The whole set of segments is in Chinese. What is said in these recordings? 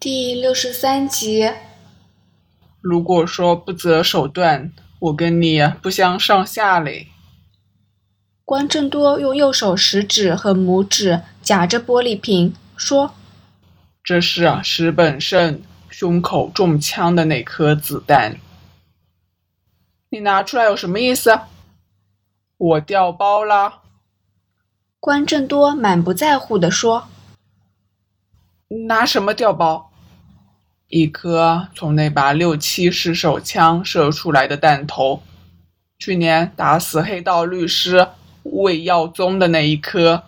第63集。 如果说不择手段，我跟你不相上下嘞。 关正多用右手食指和拇指夹着玻璃瓶，说：“ 这是石本胜胸口中枪的那颗子弹。你拿出来有什么意思？我掉包啦。” 关正多满不在乎地说：“ 拿什么掉包？一颗从那把6.7式手枪射出来的弹头，去年打死黑道律师魏耀宗的那一颗。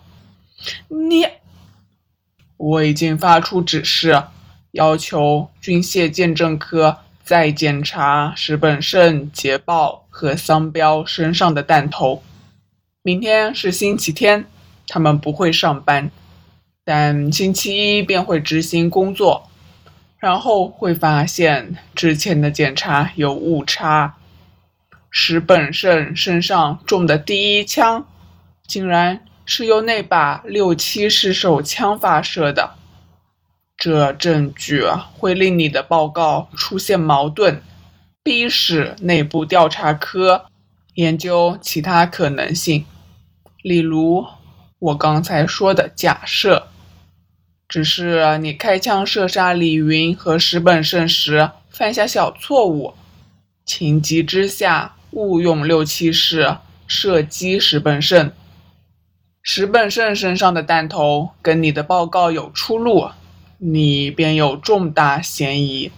我已经发出指示，要求军械鉴证科再检查石本胜、捷豹和桑彪身上的弹头。明天是星期天，他们不会上班，但星期一便会执行工作，然后会发现之前的检查有误差。石本胜身上中的第一枪，竟然是由那把6.7式手枪发射的。这证据会令你的报告出现矛盾，逼使内部调查科研究其他可能性，例如我刚才说的假设。只是你开枪射杀李云和石本胜时犯下小错误，情急之下误用6.7式射击石本胜。石本胜身上的弹头跟你的报告有出入，你便有重大嫌疑。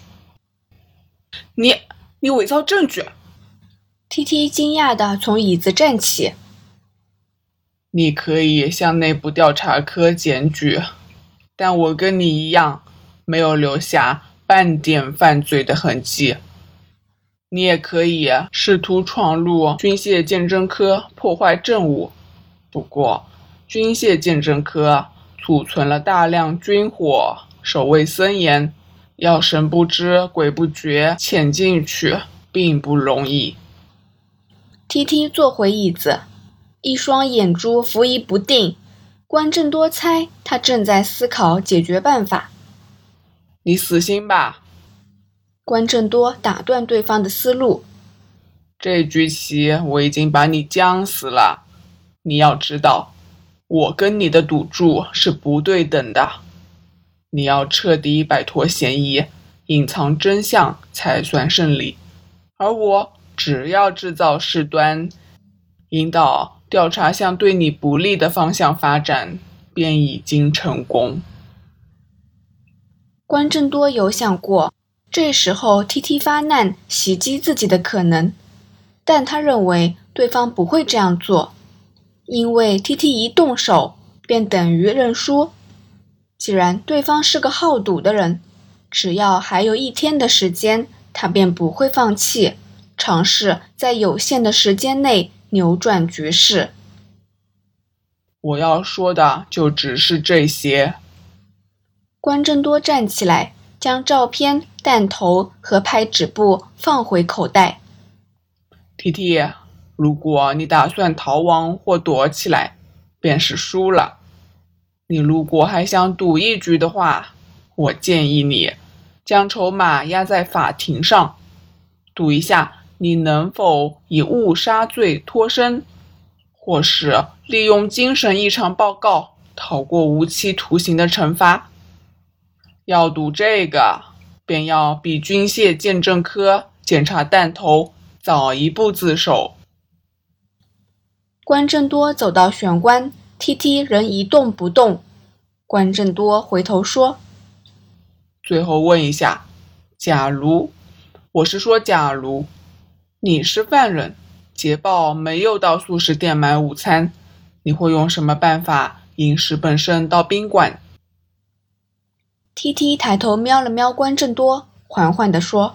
你伪造证据 ！TT 惊讶地从椅子站起。 你可以向内部调查科检举，但我跟你一样，没有留下半点犯罪的痕迹。你也可以试图闯入军械鉴证科破坏证物，不过军械鉴证科储存了大量军火，守卫森严，要神不知鬼不觉潜进去并不容易。 TT 坐回椅子，一双眼珠浮疑不定。关正多猜他正在思考解决办法。 你死心吧。 关正多打断对方的思路。 这局棋我已经把你僵死了。你要知道，我跟你的赌注是不对等的。你要彻底摆脱嫌疑，隐藏真相才算胜利。而我只要制造事端，引导调查向对你不利的方向发展，便已经成功。 关正多有想过这时候 TT 发难袭击自己的可能，但他认为对方不会这样做，因为 TT 一动手便等于认输。既然对方是个好赌的人，只要还有1天的时间，他便不会放弃，尝试在有限的时间内扭转局势。 我要说的就只是这些。 关正多站起来，将照片、弹头和拍纸布放回口袋。 TT，如果你打算逃亡或躲起来，便是输了。你如果还想赌一局的话，我建议你将筹码压在法庭上，赌一下你能否以误杀罪脱身，或是利用精神异常报告逃过无期徒刑的惩罚。要赌这个，便要比军械鉴证科检查弹头早一步自首。 关正多走到玄关， TT 仍一动不动。关正多回头说：“ 最后问一下，假如你是犯人，捷豹没有到速食店买午餐，你会用什么办法引石本胜到宾馆？” TT 抬头瞄了瞄关正多，缓缓地说：“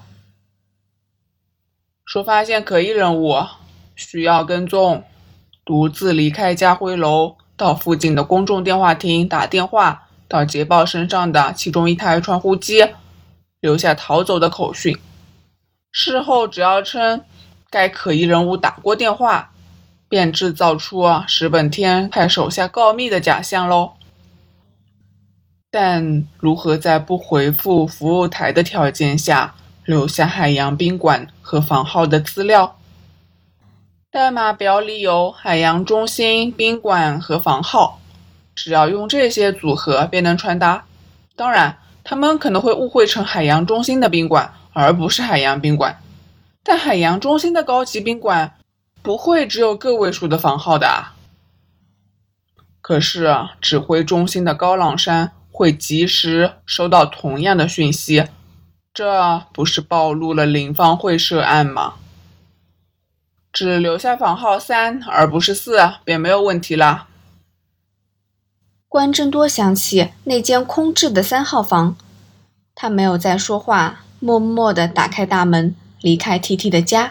说发现可疑人物，需要跟踪，独自离开家辉楼，到附近的公众电话亭打电话到捷豹身上的其中一台传呼机，留下逃走的口讯。事后只要称该可疑人物打过电话，便制造出石本天派手下告密的假象咯。 但如何在不回复服务台的条件下留下海洋宾馆和房号的资料？代码表里有海洋中心宾馆和房号，只要用这些组合便能传达。当然，他们可能会误会成海洋中心的宾馆，而不是海洋宾馆。但海洋中心的高级宾馆不会只有个位数的房号的啊。可是指挥中心的高朗山会及时收到同样的讯息，这不是暴露了林芳会涉案吗？只留下房号3而不是4便没有问题了。 关正多想起那间空置的3号房，他没有再说话，默默地打开大门离开 TT 的家。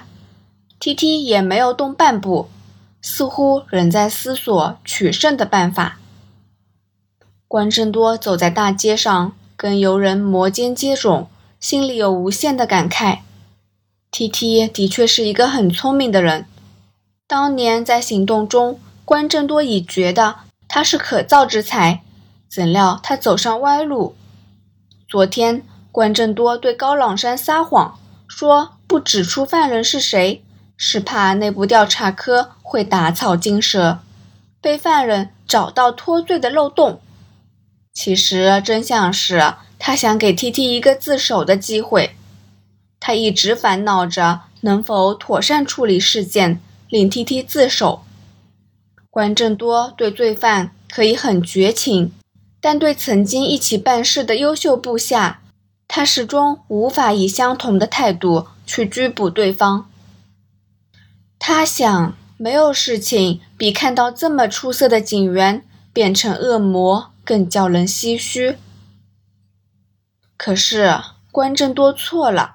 TT 也没有动半步，似乎仍在思索取胜的办法。关正多走在大街上，跟游人摩肩接踵，心里有无限的感慨。TT 的确是一个很聪明的人，当年在行动中，关正多已觉得他是可造之才，怎料他走上歪路。昨天关正多对高朗山撒谎，说不指出犯人是谁，是怕内部调查科会打草惊蛇，被犯人找到脱罪的漏洞。其实真相是他想给 TT 一个自首的机会。他一直烦恼着能否妥善处理事件，令 TT 自首。关正多对罪犯可以很绝情，但对曾经一起办事的优秀部下，他始终无法以相同的态度去拘捕对方。他想，没有事情比看到这么出色的警员变成恶魔更叫人唏嘘。可是关正多错了。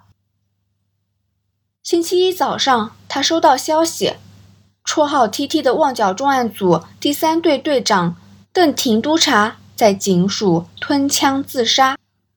星期一早上，他收到消息，绰号 TT 的旺角重案组第3队队长邓廷督察在警署吞枪自杀。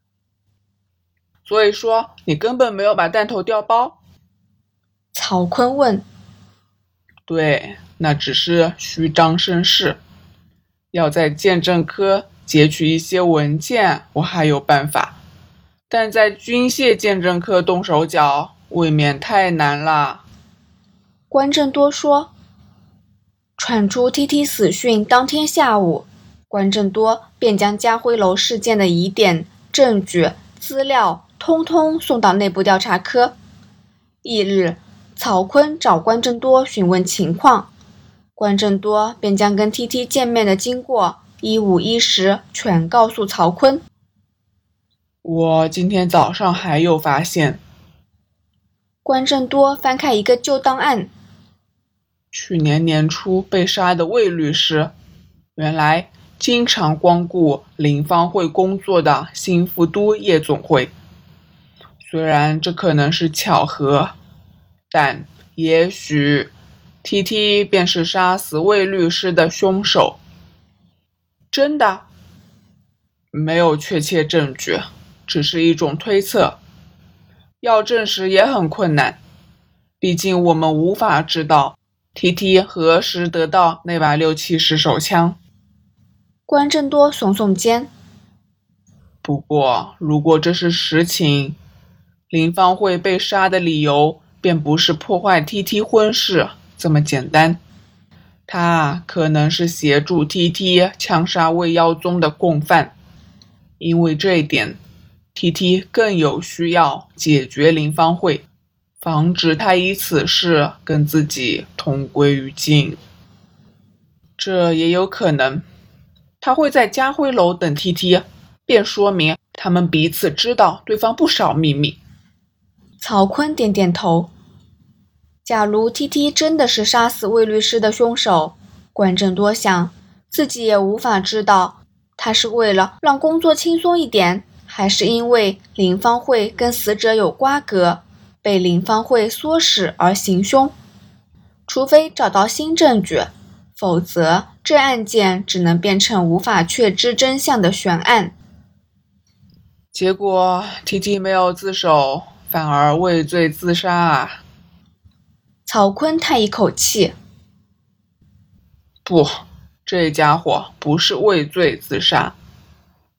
所以说，你根本没有把弹头调包？ 曹锟问。 对，那只是虚张声势。要在鉴证科截取一些文件，我还有办法，但在军械鉴证科动手脚，未免太难了。 关正多说。传出 TT 死讯当天下午，关正多便将家辉楼事件的疑点、证据、资料通通送到内部调查科。翌日，曹锟找关正多询问情况，关正多便将跟 TT 见面的经过一五一十全告诉曹锟。 我今天早上还有发现。 关正多翻开一个旧档案， 去年年初被杀的魏律师，原来经常光顾林芳会工作的新富都夜总会。虽然这可能是巧合，但也许 TT 便是杀死魏律师的凶手。真的？没有确切证据，只是一种推测。要证实也很困难，毕竟我们无法知道 TT 何时得到那把6.70手枪。 关正多耸耸肩。 不过，如果这是实情，林芳会被杀的理由便不是破坏 TT 婚事这么简单，他可能是协助 TT 枪杀魏耀宗的共犯。因为这一点， TT 更有需要解决林芳会，防止他以此事跟自己同归于尽。这也有可能，他会在家辉楼等 TT， 便说明他们彼此知道对方不少秘密。 曹锟点点头。假如 TT 真的是杀死魏律师的凶手，关正多想，自己也无法知道他是为了让工作轻松一点，还是因为林芳会跟死者有瓜葛，被林芳会唆使而行凶。除非找到新证据，否则这案件只能变成无法确知真相的悬案。 结果 TT 没有自首，反而畏罪自杀啊！ 曹锟叹一口气。 不，这家伙不是畏罪自杀，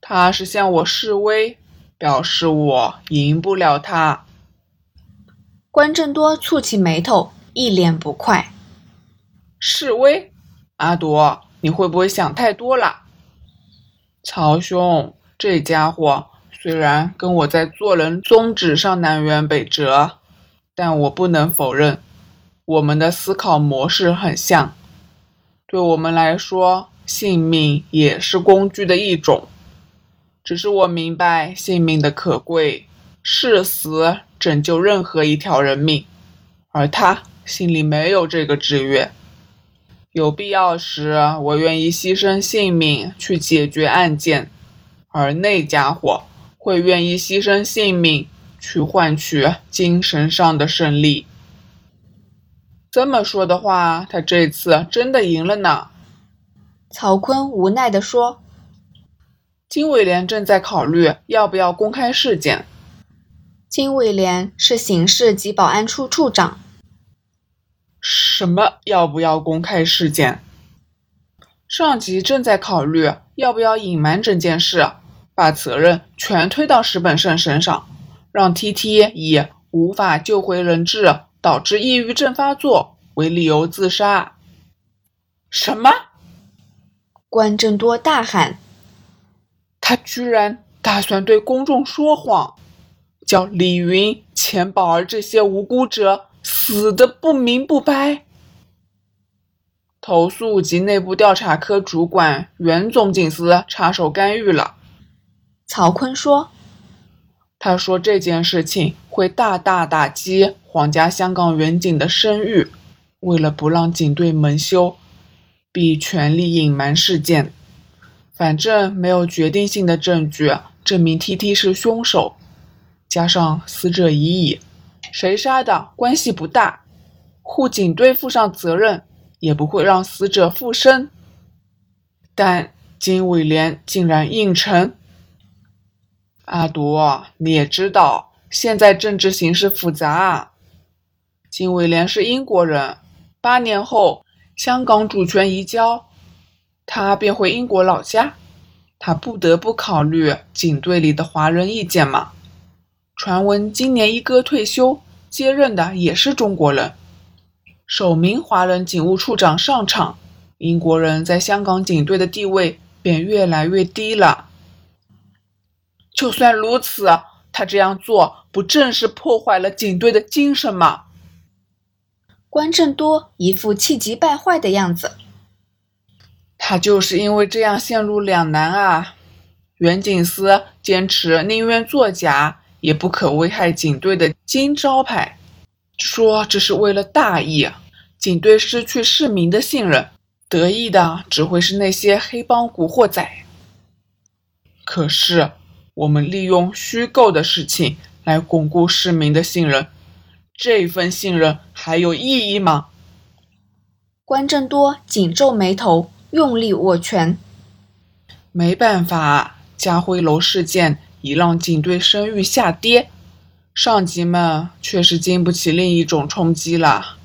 他是向我示威，表示我赢不了他。 关正多蹙起眉头，一脸不快。 示威？阿朵，你会不会想太多了？曹兄，这家伙虽然跟我在做人宗旨上南辕北辙，但我不能否认，我们的思考模式很像。对我们来说，性命也是工具的一种。只是我明白性命的可贵，誓死拯救任何一条人命，而他心里没有这个志愿。有必要时，我愿意牺牲性命去解决案件，而那家伙会愿意牺牲性命去换取精神上的胜利。这么说的话，他这次真的赢了呢。 曹锟无奈地说。 金伟廉正在考虑要不要公开事件。 金伟廉是刑事及保安处处长。 什么要不要公开事件？上级正在考虑要不要隐瞒整件事，把责任全推到石本胜身上，让 TT 以无法救回人质导致抑郁症发作为理由自杀。什么？ 关正多大喊。 他居然打算对公众说谎，叫李云、钱宝儿这些无辜者死得不明不白。投诉及内部调查科主管袁总警司插手干预了。 曹锟说。 他说这件事情会大大打击皇家香港远警的声誉，为了不让警队蒙羞，必全力隐瞒事件。反正没有决定性的证据证明 TT 是凶手，加上死者已矣，谁杀的关系不大，护警队负上责任也不会让死者复生。但金伟廉竟然应承。阿朵，你也知道现在政治形势复杂啊。金伟廉是英国人，8年后香港主权移交，他便回英国老家，他不得不考虑警队里的华人意见嘛。传闻今年一哥退休，接任的也是中国人。首名华人警务处长上场，英国人在香港警队的地位便越来越低了。就算如此，他这样做不正是破坏了警队的精神吗？ 关正多一副气急败坏的样子。 他就是因为这样陷入两难啊。袁警司坚持宁愿作假也不可危害警队的金招牌，说这是为了大义，警队失去市民的信任，得意的只会是那些黑帮古惑仔。可是我们利用虚构的事情来巩固市民的信任，这份信任还有意义吗？ 关正多紧皱眉头，用力握拳。 没办法，家辉楼事件已让警队声誉下跌，上级们确实经不起另一种冲击了。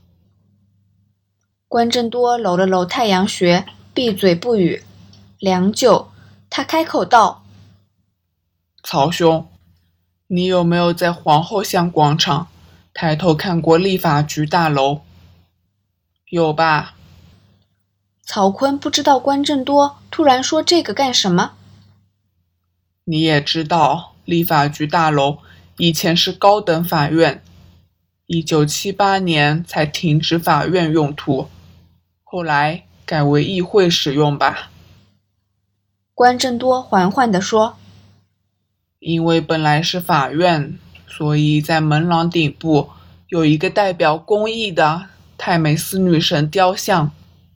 关正多揉了揉太阳穴，闭嘴不语。良久，他开口道： 曹兄，你有没有在皇后巷广场抬头看过立法局大楼？有吧？ 曹锟不知道关正多突然说这个干什么。 你也知道立法局大楼以前是高等法院，1978年才停止法院用途，后来改为议会使用吧。 关正多缓缓地说。 因为本来是法院，所以在门廊顶部有一个代表公义的泰美斯女神雕像。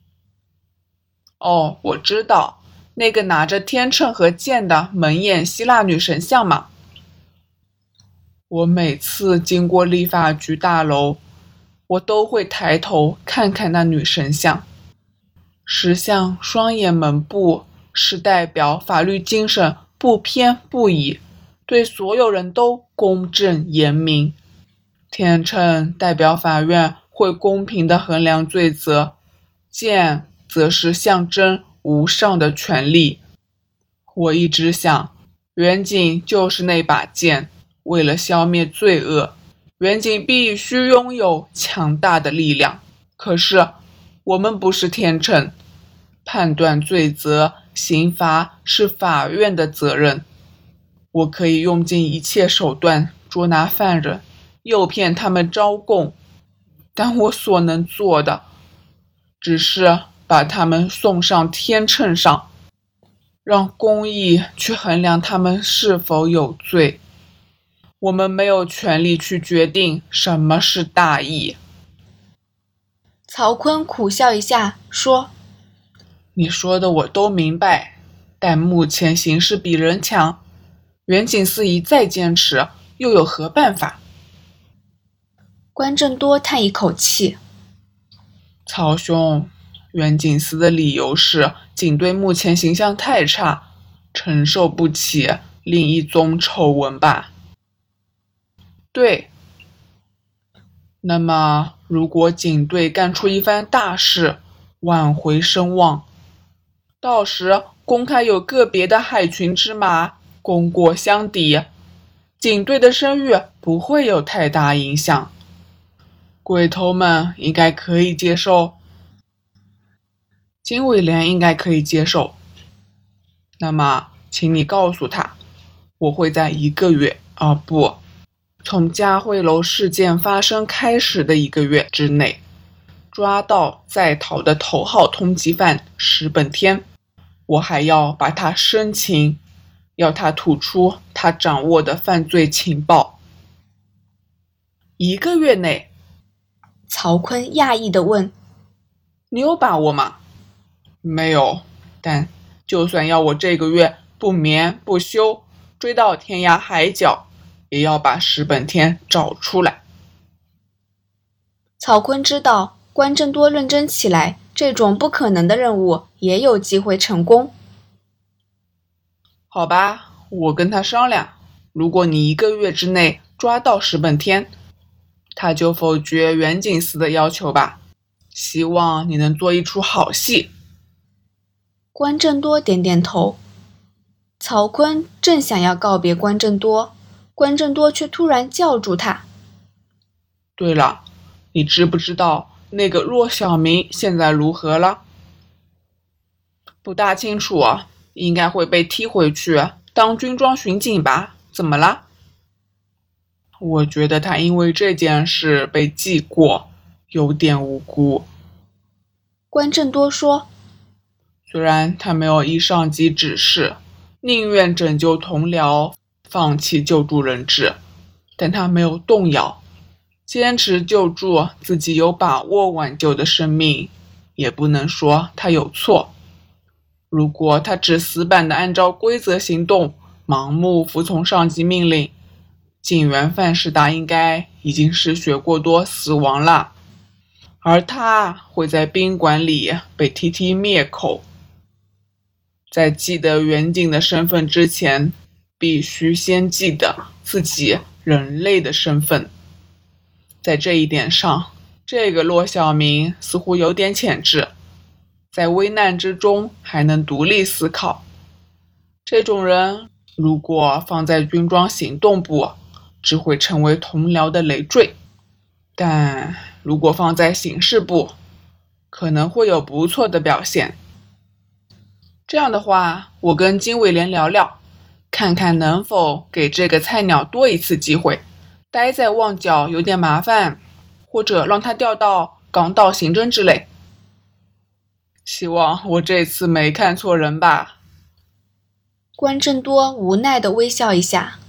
哦，我知道，那个拿着天秤和剑的门眼希腊女神像嘛。我每次经过立法局大楼，我都会抬头看看那女神像。石像双眼蒙布，是代表法律精神不偏不倚，对所有人都公正严明。天秤代表法院会公平地衡量罪责，剑则是象征无上的权力。 我一直想，远景就是那把剑，为了消灭罪恶，远景必须拥有强大的力量。可是，我们不是天秤，判断罪责、刑罚是法院的责任。我可以用尽一切手段捉拿犯人，诱骗他们招供，但我所能做的，只是把他们送上天秤上，让公义去衡量他们是否有罪。我们没有权利去决定什么是大义。 曹锟苦笑一下，说： 你说的我都明白，但目前形势比人强，远景司仪再坚持，又有何办法？ 关正多叹一口气： 曹兄，远景司的理由是警队目前形象太差，承受不起另一宗丑闻吧？对。那么如果警队干出一番大事，挽回声望，到时公开有个别的害群之马功过相抵，警队的声誉不会有太大影响，鬼头们应该可以接受。金伟莲应该可以接受。那么请你告诉他，我会在1个月，不，从嘉惠楼事件发生开始的1个月之内，抓到在逃的头号通缉犯石本天。我还要把他生擒，要他吐出他掌握的犯罪情报。1个月内？ 曹锟讶异地问： 你有把握吗？没有，但就算要我这个月不眠不休，追到天涯海角，也要把石本天找出来。 曹锟知道关正多认真起来，这种不可能的任务也有机会成功。 好吧，我跟他商量，如果你1个月之内抓到石本天，他就否决远景司的要求吧。希望你能做一出好戏。 关正多点点头。曹锟正想要告别关正多，关正多却突然叫住他： 对了，你知不知道那个骆小明现在如何了？不大清楚啊，应该会被踢回去当军装巡警吧？怎么了？我觉得他因为这件事被记过，有点无辜。 关正多说： 虽然他没有依上级指示，宁愿拯救同僚，放弃救助人质，但他没有动摇，坚持救助自己有把握挽救的生命，也不能说他有错。如果他只死板地按照规则行动，盲目服从上级命令，警员范士达应该已经失血过多死亡了，而他会在宾馆里被 TT 灭口。在记得远景的身份之前，必须先记得自己人类的身份。在这一点上，这个骆小明似乎有点潜质，在危难之中还能独立思考。这种人如果放在军装行动部，只会成为同僚的累赘，但如果放在刑事部，可能会有不错的表现。这样的话，我跟金伟莲聊聊，看看能否给这个菜鸟多一次机会。待在旺角有点麻烦，或者让他调到港岛刑侦之类。希望我这次没看错人吧。 关正多无奈地微笑一下。